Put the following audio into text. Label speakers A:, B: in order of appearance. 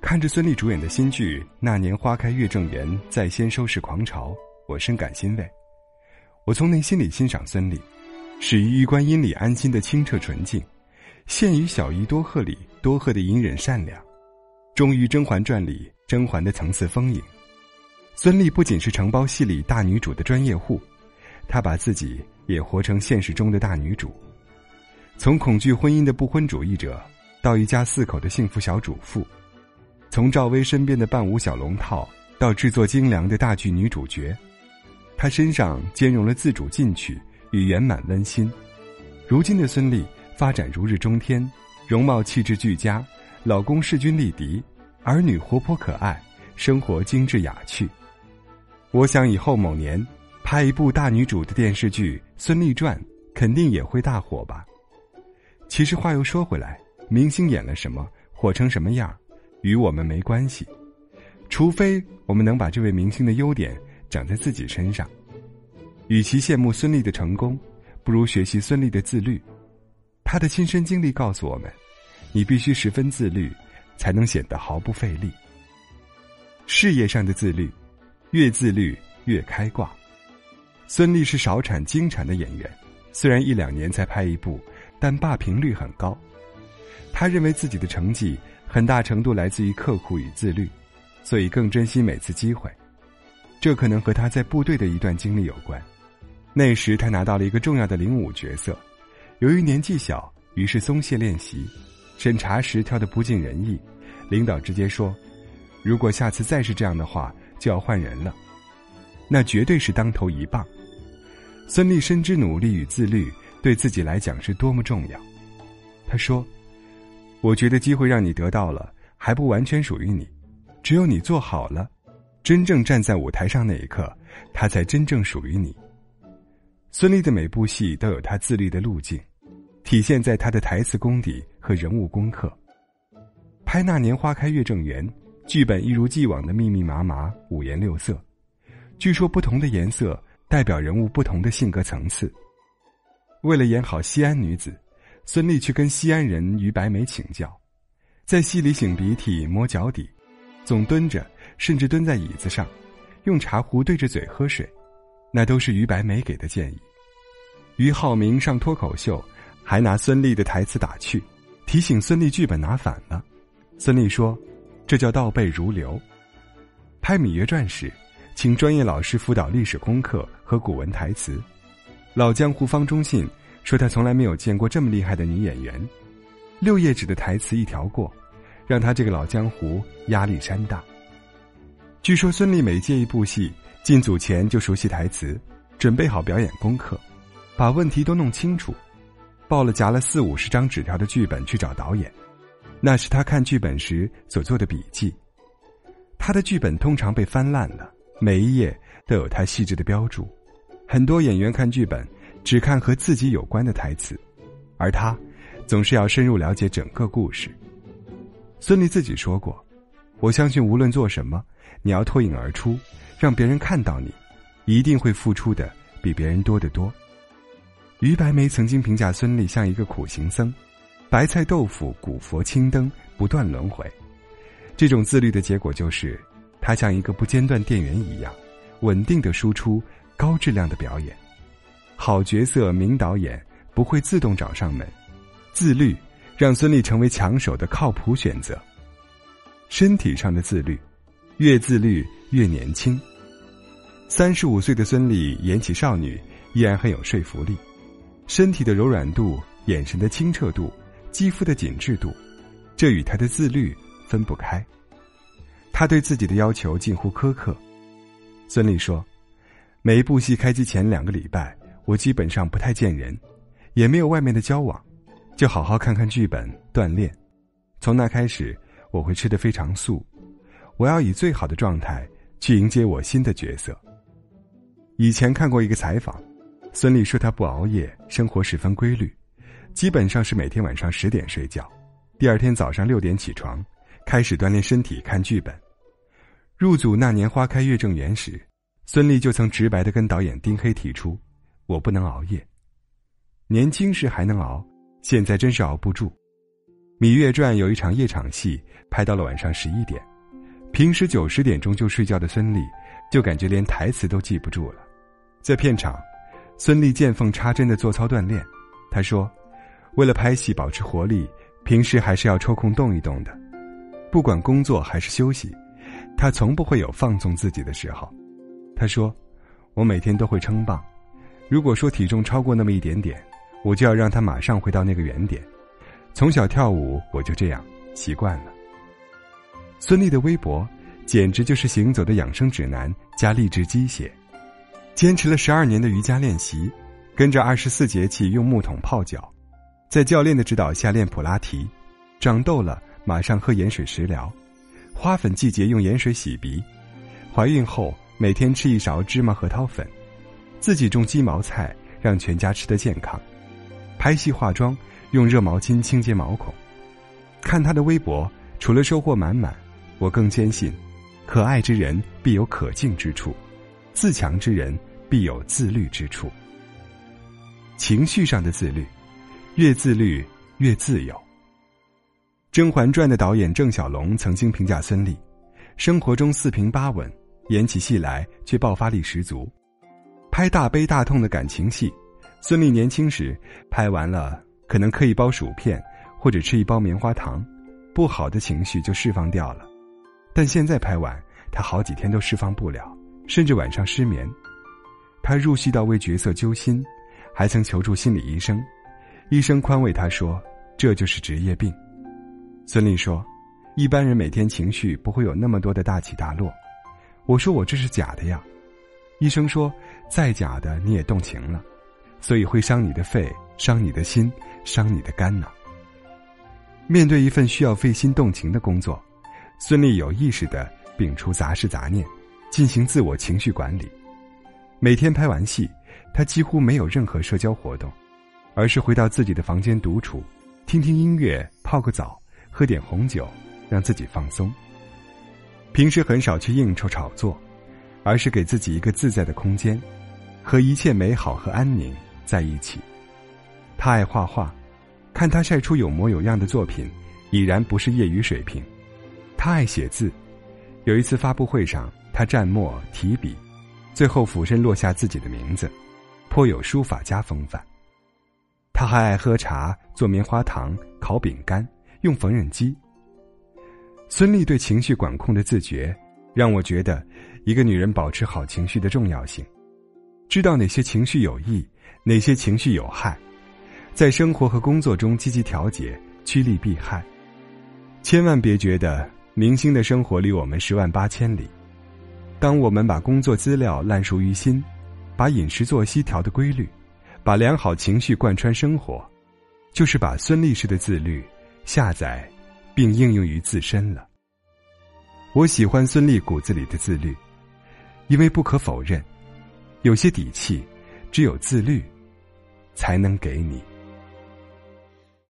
A: 看着孙俪主演的新剧《那年花开月正圆》在先收视狂潮，我深感欣慰。我从内心里欣赏孙俪，始于玉观音里安心的清澈纯净，陷于小姨多鹤里多鹤的隐忍善良，终于《甄嬛传》里甄嬛的层次丰盈。孙俪不仅是承包戏里大女主的专业户，她把自己也活成现实中的大女主。从恐惧婚姻的不婚主义者，到一家4口的幸福小主妇，从赵薇身边的伴舞小龙套，到制作精良的大剧女主角，她身上兼容了自主进取与圆满温馨。如今的孙俪发展如日中天，容貌气质俱佳，老公势均力敌，儿女活泼可爱，生活精致雅趣。我想以后某年拍一部大女主的电视剧《孙俪传》，肯定也会大火吧。其实话又说回来，明星演了什么，火成什么样，与我们没关系，除非我们能把这位明星的优点长在自己身上。与其羡慕孙俪的成功，不如学习孙俪的自律。她的亲身经历告诉我们，你必须十分自律，才能显得毫不费力。事业上的自律，越自律越开挂。孙俪是少产精产的演员，虽然1-2年才拍一部，但霸屏率很高。她认为自己的成绩很大程度来自于刻苦与自律，所以更珍惜每次机会。这可能和她在部队的一段经历有关。那时她拿到了一个重要的领舞角色，由于年纪小，于是松懈练习，审查时挑得不尽人意，领导直接说，如果下次再是这样的话，就要换人了。那绝对是当头一棒。孙俪深知努力与自律对自己来讲是多么重要。她说，我觉得机会让你得到了，还不完全属于你，只有你做好了，真正站在舞台上那一刻，它才真正属于你。孙俪的每部戏都有她自律的路径，体现在她的台词功底和人物功课。拍《那年花开月正圆》，剧本一如既往的密密麻麻，五颜六色，据说不同的颜色代表人物不同的性格层次。为了演好西安女子，孙俪去跟西安人于白眉请教，在戏里擤鼻涕摸脚底，总蹲着，甚至蹲在椅子上，用茶壶对着嘴喝水，那都是于白眉给的建议。于浩明上脱口秀，还拿孙俪的台词打趣，提醒孙俪剧本拿反了。孙俪说，这叫倒背如流。拍《芈月传》时，请专业老师辅导历史功课和古文台词。老江湖方中信说，他从来没有见过这么厉害的女演员，6页纸的台词一条过，让他这个老江湖压力山大。据说孙俪每接一部戏，进组前就熟悉台词，准备好表演功课，把问题都弄清楚，抱了夹了40-50张纸条的剧本去找导演，那是他看剧本时所做的笔记。他的剧本通常被翻烂了，每一页都有他细致的标注。很多演员看剧本只看和自己有关的台词，而他总是要深入了解整个故事。孙俪自己说过，我相信无论做什么，你要脱颖而出，让别人看到你，一定会付出的比别人多得多。于白眉曾经评价孙俪像一个苦行僧，白菜豆腐古佛青灯，不断轮回。这种自律的结果就是他像一个不间断电源一样，稳定地输出高质量的表演。好角色名导演不会自动找上门，自律让孙俪成为抢手的靠谱选择。身体上的自律，越自律越年轻。35岁的孙俪演起少女依然很有说服力，身体的柔软度，眼神的清澈度，肌肤的紧致度，这与她的自律分不开。她对自己的要求近乎苛刻。孙俪说，每一部戏开机前2个礼拜，我基本上不太见人，也没有外面的交往，就好好看看剧本，锻炼。从那开始，我会吃得非常素，我要以最好的状态去迎接我新的角色。以前看过一个采访，孙俪说她不熬夜，生活十分规律，基本上是每天晚上10点睡觉，第2天早上6点起床，开始锻炼身体，看剧本。入组《那年花开月正圆》时，孙俪就曾直白地跟导演丁黑提出，我不能熬夜。年轻时还能熬，现在真是熬不住。 芈月传》有一场夜场戏拍到了晚上11点，平时9、10点钟就睡觉的孙俪就感觉连台词都记不住了。在片场，孙俪见缝插针地做操锻炼。她说，为了拍戏保持活力，平时还是要抽空动一动的。不管工作还是休息，她从不会有放纵自己的时候。她说，我每天都会称磅，如果说体重超过那么一点点，我就要让它马上回到那个原点。从小跳舞我就这样习惯了。孙俪的微博简直就是行走的养生指南加励志鸡血。坚持了12年的瑜伽练习，跟着24节气用木桶泡脚，在教练的指导下练普拉提，长痘了马上喝盐水食疗，花粉季节用盐水洗鼻，怀孕后每天吃1勺芝麻核桃粉，自己种鸡毛菜让全家吃得健康，拍戏化妆用热毛巾清洁毛孔。看他的微博，除了收获满满，我更坚信，可爱之人必有可敬之处，自强之人必有自律之处。情绪上的自律，越自律越自由。《甄嬛传》的导演郑晓龙曾经评价孙俪，生活中4平8稳，演起戏来却爆发力十足。拍大悲大痛的感情戏，孙俪年轻时拍完了可能嗑一包薯片或者吃一包棉花糖，不好的情绪就释放掉了。但现在拍完，她好几天都释放不了，甚至晚上失眠。她入戏到为角色揪心，还曾求助心理医生，医生宽慰她说，这就是职业病。孙俪说，一般人每天情绪不会有那么多的大起大落。我说我这是假的呀。医生说，再假的你也动情了，所以会伤你的肺，伤你的心，伤你的肝呢。面对一份需要费心动情的工作，孙俪有意识地摒除杂事杂念，进行自我情绪管理。每天拍完戏，她几乎没有任何社交活动，而是回到自己的房间独处，听听音乐，泡个澡，喝点红酒，让自己放松。平时很少去应酬炒作，而是给自己一个自在的空间，和一切美好和安宁在一起。他爱画画，看他晒出有模有样的作品，已然不是业余水平。他爱写字，有一次发布会上，他蘸墨提笔，最后俯身落下自己的名字，颇有书法家风范。他还爱喝茶，做棉花糖，烤饼干，用缝纫机。孙俪对情绪管控的自觉，让我觉得一个女人保持好情绪的重要性，知道哪些情绪有益，哪些情绪有害，在生活和工作中积极调节，趋利避害。千万别觉得明星的生活离我们10万8千里。当我们把工作资料烂熟于心，把饮食作息调得规律，把良好情绪贯穿生活，就是把孙俪式的自律下载并应用于自身了。我喜欢孙俪骨子里的自律，因为不可否认，有些底气只有自律才能给你。